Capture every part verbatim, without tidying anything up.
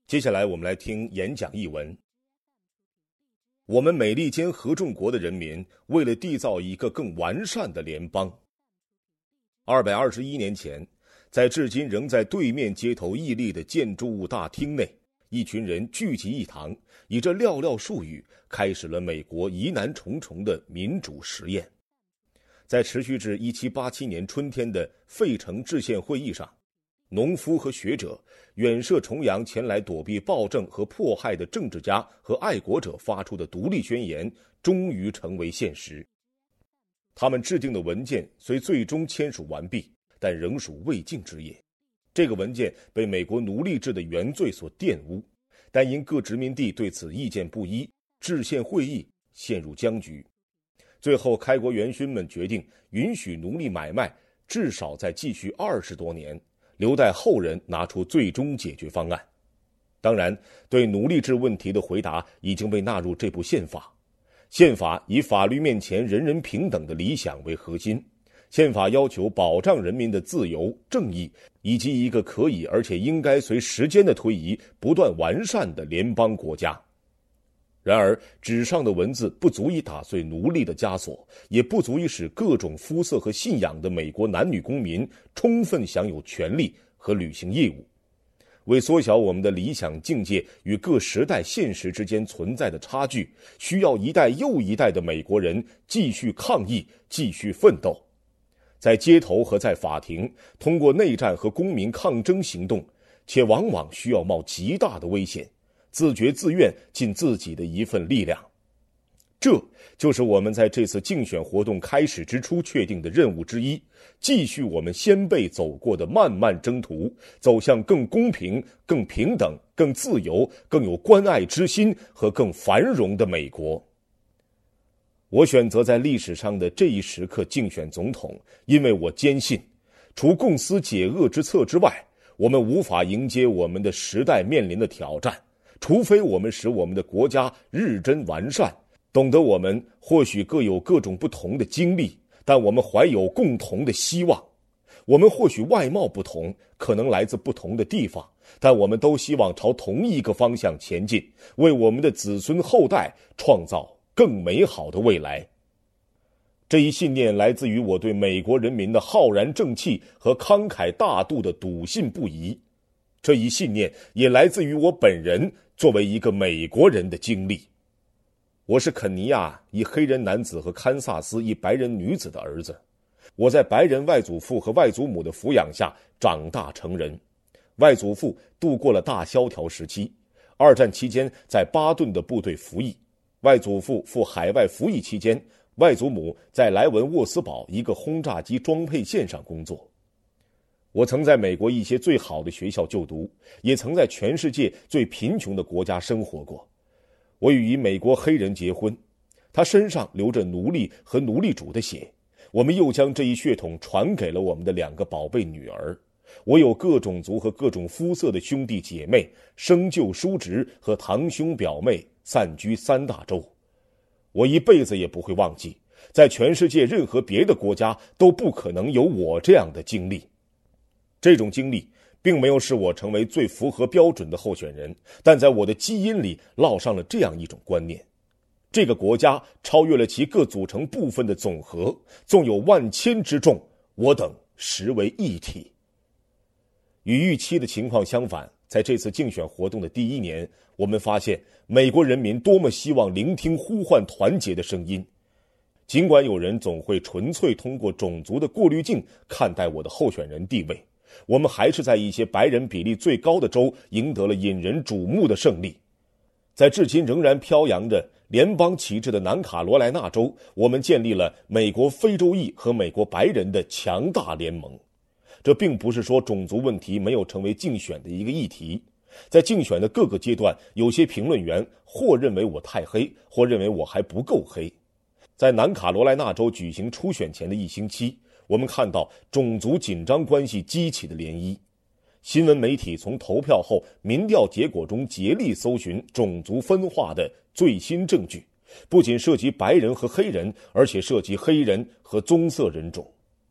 接下来我们来听演讲译文。我们美利坚合众国的人民为了缔造一个更完善的联邦，二百二十一年前，在至今仍在对面街头屹立的建筑物大厅内，一群人聚集一堂，以这寥寥数语开始了美国疑难重重的民主实验。在持续至一七八七年春天的费城制宪会议上，农夫和学者远涉重洋前来躲避暴政和迫害的政治家和爱国者发出的独立宣言终于成为现实。他们制定的文件虽最终签署完毕，但仍属未竟之业。这个文件被美国奴隶制的原罪所玷污，但因各殖民地对此意见不一，制宪会议陷入僵局。最后，开国元勋们决定允许奴隶买卖至少再继续二十多年，留待后人拿出最终解决方案。当然，对奴隶制问题的回答已经被纳入这部宪法。宪法以法律面前人人平等的理想为核心，宪法要求保障人民的自由、正义，以及一个可以而且应该随时间的推移不断完善的联邦国家。然而，纸上的文字不足以打碎奴隶的枷锁，也不足以使各种肤色和信仰的美国男女公民充分享有权利和履行义务。为缩小我们的理想境界与各时代现实之间存在的差距，需要一代又一代的美国人继续抗议，继续奋斗。在街头和在法庭，通过内战和公民抗争行动，且往往需要冒极大的危险，自觉自愿尽自己的一份力量。这就是我们在这次竞选活动开始之初确定的任务之一，继续我们先辈走过的漫漫征途，走向更公平、更平等、更自由、更有关爱之心和更繁荣的美国。我选择在历史上的这一时刻竞选总统，因为我坚信，除共思解厄之策之外，我们无法迎接我们的时代面临的挑战，除非我们使我们的国家日臻完善，懂得我们或许各有各种不同的经历，但我们怀有共同的希望。我们或许外貌不同，可能来自不同的地方，但我们都希望朝同一个方向前进，为我们的子孙后代创造更美好的未来。这一信念来自于我对美国人民的浩然正气和慷慨大度的笃信不疑。这一信念也来自于我本人作为一个美国人的经历。我是肯尼亚一黑人男子和堪萨斯一白人女子的儿子。我在白人外祖父和外祖母的抚养下长大成人。外祖父度过了大萧条时期，二战期间在巴顿的部队服役。外祖父赴海外服役期间，外祖母在莱文沃斯堡一个轰炸机装配线上工作。我曾在美国一些最好的学校就读，也曾在全世界最贫穷的国家生活过。我与一美国黑人结婚，他身上流着奴隶和奴隶主的血，我们又将这一血统传给了我们的两个宝贝女儿。我有各种族和各种肤色的兄弟姐妹，生就叔侄和堂兄表妹散居三大洲。我一辈子也不会忘记，在全世界任何别的国家都不可能有我这样的经历。这种经历并没有使我成为最符合标准的候选人，但在我的基因里烙上了这样一种观念：这个国家超越了其各组成部分的总和，纵有万千之众，我等实为一体。与预期的情况相反，在这次竞选活动的第一年，我们发现美国人民多么希望聆听呼唤团结的声音。尽管有人总会纯粹通过种族的过滤镜看待我的候选人地位，我们还是在一些白人比例最高的州赢得了引人瞩目的胜利。在至今仍然飘扬着联邦旗帜的南卡罗来纳州，我们建立了美国非洲裔和美国白人的强大联盟。这并不是说种族问题没有成为竞选的一个议题。在竞选的各个阶段，有些评论员或认为我太黑，或认为我还不够黑。在南卡罗来纳州举行初选前的一星期，我们看到种族紧张关系激起的涟漪。新闻媒体从投票后民调结果中竭力搜寻种族分化的最新证据，不仅涉及白人和黑人，而且涉及黑人和棕色人种。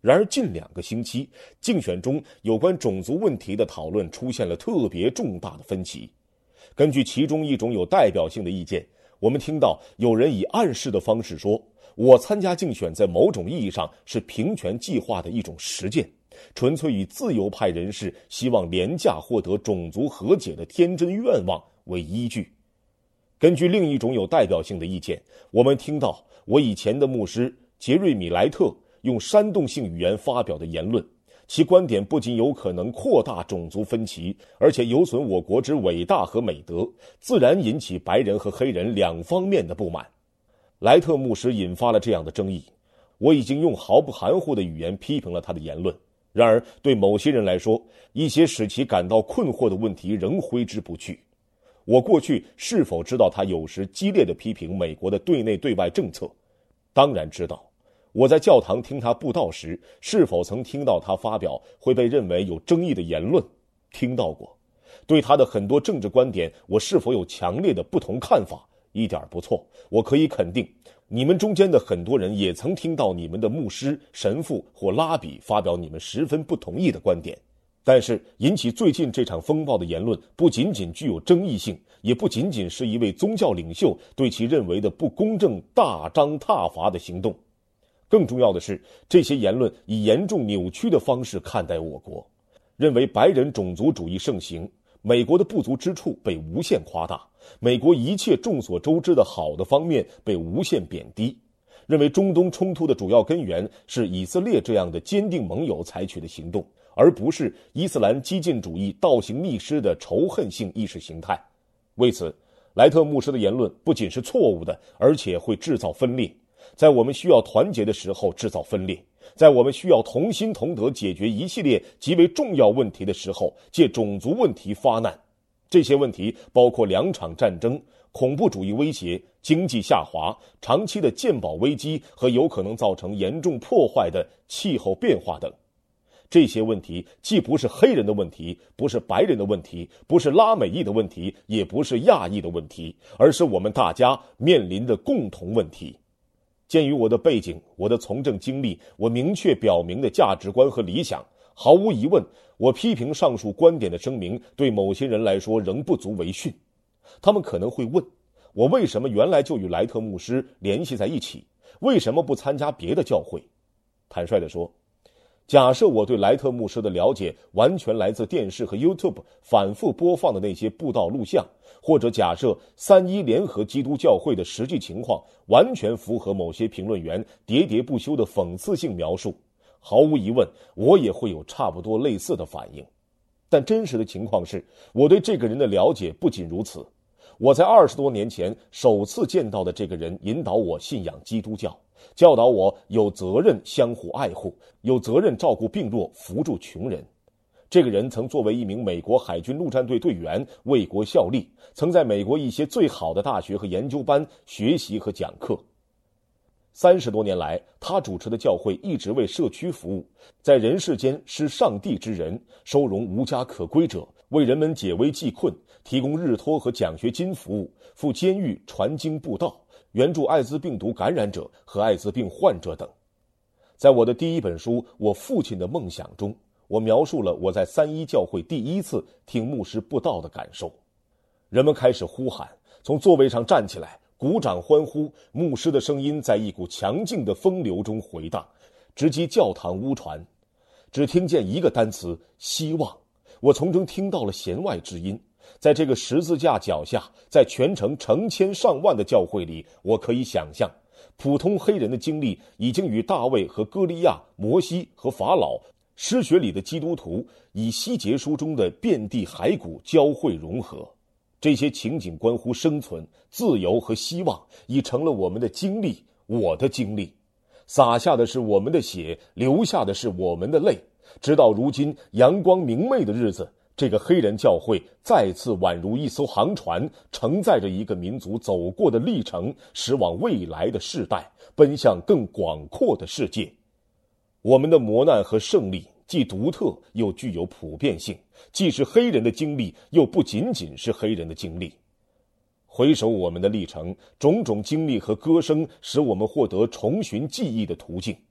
然而近两个星期，竞选中有关种族问题的讨论出现了特别重大的分歧。根据其中一种有代表性的意见，我们听到有人以暗示的方式说，我参加竞选在某种意义上是平权计划的一种实践，纯粹以自由派人士希望廉价获得种族和解的天真愿望为依据。根据另一种有代表性的意见，我们听到我以前的牧师杰瑞米·莱特用煽动性语言发表的言论，其观点不仅有可能扩大种族分歧，而且有损我国之伟大和美德，自然引起白人和黑人两方面的不满。莱特牧师引发了这样的争议，我已经用毫不含糊的语言批评了他的言论，然而对某些人来说，一些使其感到困惑的问题仍挥之不去。我过去是否知道他有时激烈地批评美国的对内对外政策？当然知道。我在教堂听他布道时，是否曾听到他发表会被认为有争议的言论？听到过。对他的很多政治观点，我是否有强烈的不同看法？一点不错。我可以肯定，你们中间的很多人也曾听到你们的牧师、神父或拉比发表你们十分不同意的观点。但是引起最近这场风暴的言论不仅仅具有争议性，也不仅仅是一位宗教领袖对其认为的不公正大张挞伐的行动。更重要的是，这些言论以严重扭曲的方式看待我国，认为白人种族主义盛行，美国的不足之处被无限夸大，美国一切众所周知的好的方面被无限贬低，认为中东冲突的主要根源是以色列这样的坚定盟友采取的行动，而不是伊斯兰激进主义倒行逆施的仇恨性意识形态。为此，莱特牧师的言论不仅是错误的，而且会制造分裂。在我们需要团结的时候制造分裂，在我们需要同心同德解决一系列极为重要问题的时候，借种族问题发难。这些问题包括两场战争、恐怖主义威胁、经济下滑、长期的健保危机和有可能造成严重破坏的气候变化等。这些问题既不是黑人的问题，不是白人的问题，不是拉美裔的问题，也不是亚裔的问题，而是我们大家面临的共同问题。鉴于我的背景，我的从政经历，我明确表明的价值观和理想，毫无疑问，我批评上述观点的声明对某些人来说仍不足为训。他们可能会问，我为什么原来就与莱特牧师联系在一起？为什么不参加别的教会？坦率地说，假设我对莱特牧师的了解完全来自电视和 YouTube 反复播放的那些布道录像，或者假设三一联合基督教会的实际情况完全符合某些评论员喋喋不休的讽刺性描述，毫无疑问，我也会有差不多类似的反应。但真实的情况是，我对这个人的了解不仅如此。我在二十多年前首次见到的这个人引导我信仰基督教，教导我有责任相互爱护，有责任照顾病弱，扶助穷人。这个人曾作为一名美国海军陆战队队员为国效力，曾在美国一些最好的大学和研究班学习和讲课。三十多年来，他主持的教会一直为社区服务，在人世间施上帝之人，收容无家可归者，为人们解危济困，提供日托和奖学金服务，赴监狱传经布道，援助艾滋病毒感染者和艾滋病患者等。在我的第一本书《我父亲的梦想》中，我描述了我在三一教会第一次听牧师布道的感受。人们开始呼喊，从座位上站起来，鼓掌欢呼，牧师的声音在一股强劲的风流中回荡，直击教堂屋传。只听见一个单词：希望。我从中听到了弦外之音。在这个十字架脚下，在全城成千上万的教会里，我可以想象，普通黑人的经历已经与大卫和歌利亚、摩西和法老、诗学里的基督徒以西结书中的遍地骸骨交汇融合。这些情景关乎生存、自由和希望，已成了我们的经历，我的经历。洒下的是我们的血，流下的是我们的泪。直到如今，阳光明媚的日子，这个黑人教会再次宛如一艘航船，承载着一个民族走过的历程，驶往未来的世代，奔向更广阔的世界。我们的磨难和胜利既独特又具有普遍性，既是黑人的经历，又不仅仅是黑人的经历。回首我们的历程，种种经历和歌声使我们获得重寻记忆的途径。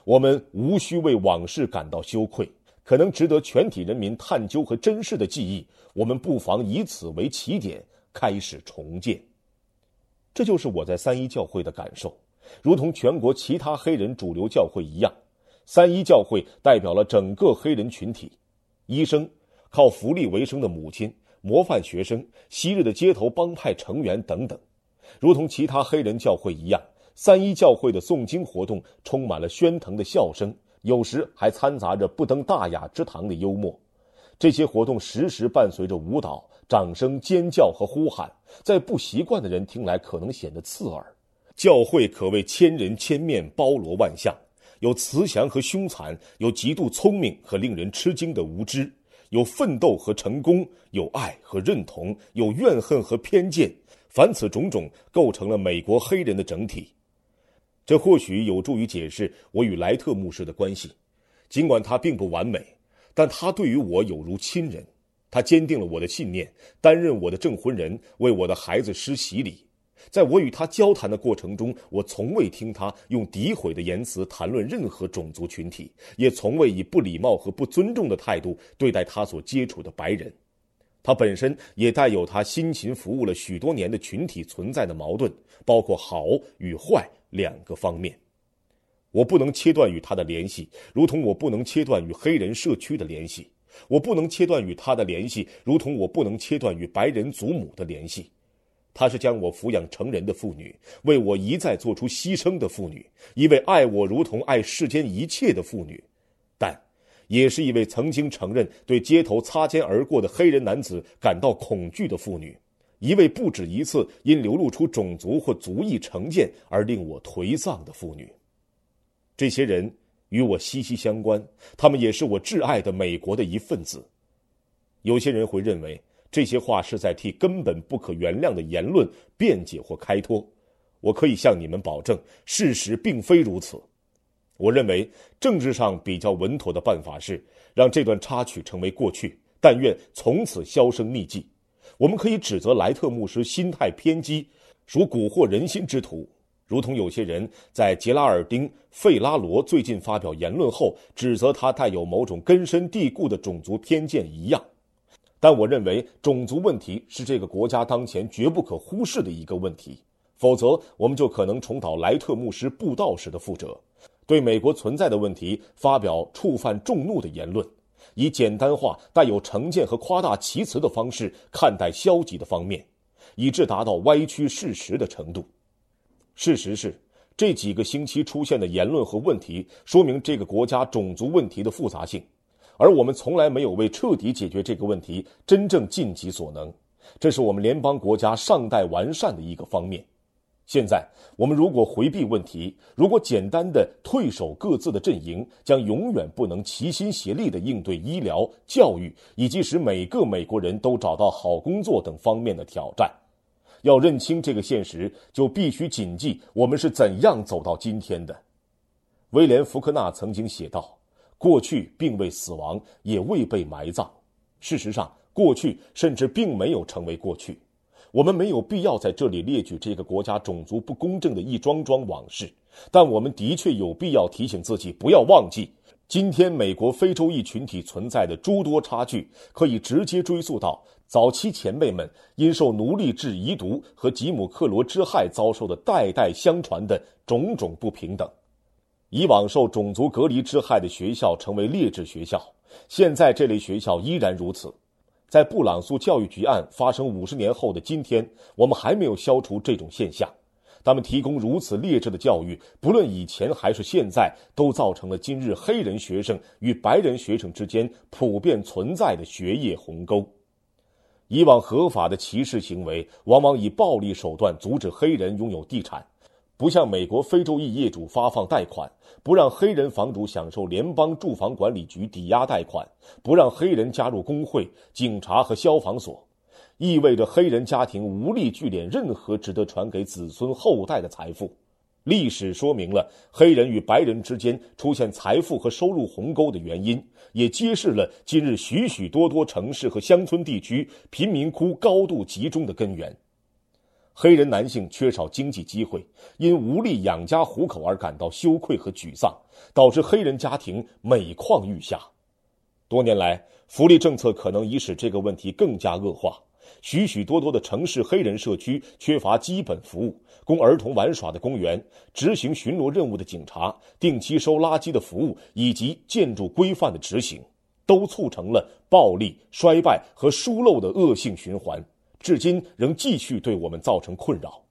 我们无需为往事感到羞愧，可能值得全体人民探究和珍视的记忆，我们不妨以此为起点，开始重建。这就是我在三一教会的感受，如同全国其他黑人主流教会一样，三一教会代表了整个黑人群体，医生、靠福利为生的母亲、模范学生、昔日的街头帮派成员等等。如同其他黑人教会一样，三一教会的诵经活动充满了喧腾的笑声，有时还掺杂着不登大雅之堂的幽默。这些活动时时伴随着舞蹈、掌声、尖叫和呼喊，在不习惯的人听来可能显得刺耳。教会可谓千人千面，包罗万象，有慈祥和凶残，有极度聪明和令人吃惊的无知，有奋斗和成功，有爱和认同，有怨恨和偏见，凡此种种构成了美国黑人的整体。这或许有助于解释我与莱特牧师的关系，尽管他并不完美，但他对于我有如亲人。他坚定了我的信念，担任我的证婚人，为我的孩子施洗礼。在我与他交谈的过程中，我从未听他用诋毁的言辞谈论任何种族群体，也从未以不礼貌和不尊重的态度对待他所接触的白人。他本身也带有他辛勤服务了许多年的群体存在的矛盾，包括好与坏两个方面。我不能切断与他的联系，如同我不能切断与黑人社区的联系。我不能切断与他的联系，如同我不能切断与白人祖母的联系。她是将我抚养成人的妇女，为我一再做出牺牲的妇女，一位爱我如同爱世间一切的妇女，但也是一位曾经承认对街头擦肩而过的黑人男子感到恐惧的妇女，一位不止一次因流露出种族或族裔成见而令我颓丧的妇女。这些人与我息息相关，他们也是我挚爱的美国的一份子。有些人会认为这些话是在替根本不可原谅的言论辩解或开脱，我可以向你们保证，事实并非如此。我认为政治上比较稳妥的办法是让这段插曲成为过去，但愿从此销声匿迹。我们可以指责莱特牧师心态偏激，属蛊惑人心之徒，如同有些人在杰拉尔丁·费拉罗最近发表言论后指责他带有某种根深蒂固的种族偏见一样。但我认为种族问题是这个国家当前绝不可忽视的一个问题，否则我们就可能重蹈莱特牧师布道时的覆辙，对美国存在的问题发表触犯众怒的言论，以简单化、带有成见和夸大其词的方式看待消极的方面，以致达到歪曲事实的程度。事实是，这几个星期出现的言论和问题说明这个国家种族问题的复杂性，而我们从来没有为彻底解决这个问题真正尽己所能，这是我们联邦国家尚待完善的一个方面。现在我们如果回避问题，如果简单的退守各自的阵营，将永远不能齐心协力地应对医疗、教育以及使每个美国人都找到好工作等方面的挑战。要认清这个现实，就必须谨记我们是怎样走到今天的。威廉·福克纳曾经写道，过去并未死亡，也未被埋葬。事实上，过去甚至并没有成为过去。我们没有必要在这里列举这个国家种族不公正的一桩桩往事，但我们的确有必要提醒自己，不要忘记，今天美国非洲裔群体存在的诸多差距，可以直接追溯到早期前辈们因受奴隶制遗毒和吉姆克罗之害遭受的代代相传的种种不平等。以往受种族隔离之害的学校成为劣质学校，现在这类学校依然如此。在布朗苏教育局案发生五十年后的今天，我们还没有消除这种现象。他们提供如此劣质的教育，不论以前还是现在，都造成了今日黑人学生与白人学生之间普遍存在的学业鸿沟。以往合法的歧视行为往往以暴力手段阻止黑人拥有地产，不向美国非洲裔业主发放贷款，不让黑人房主享受联邦住房管理局抵押贷款，不让黑人加入工会、警察和消防所，意味着黑人家庭无力聚敛任何值得传给子孙后代的财富。历史说明了黑人与白人之间出现财富和收入鸿沟的原因，也揭示了今日许许多多城市和乡村地区贫民窟高度集中的根源。 黑人男性缺少经济机会，因无力养家糊口而感到羞愧和沮丧，导致黑人家庭每况愈下。多年来，福利政策可能已使这个问题更加恶化。许许多多的城市黑人社区缺乏基本服务，供儿童玩耍的公园、执行巡逻任务的警察、定期收垃圾的服务以及建筑规范的执行，都促成了暴力、衰败和疏漏的恶性循环，至今仍继续对我们造成困扰。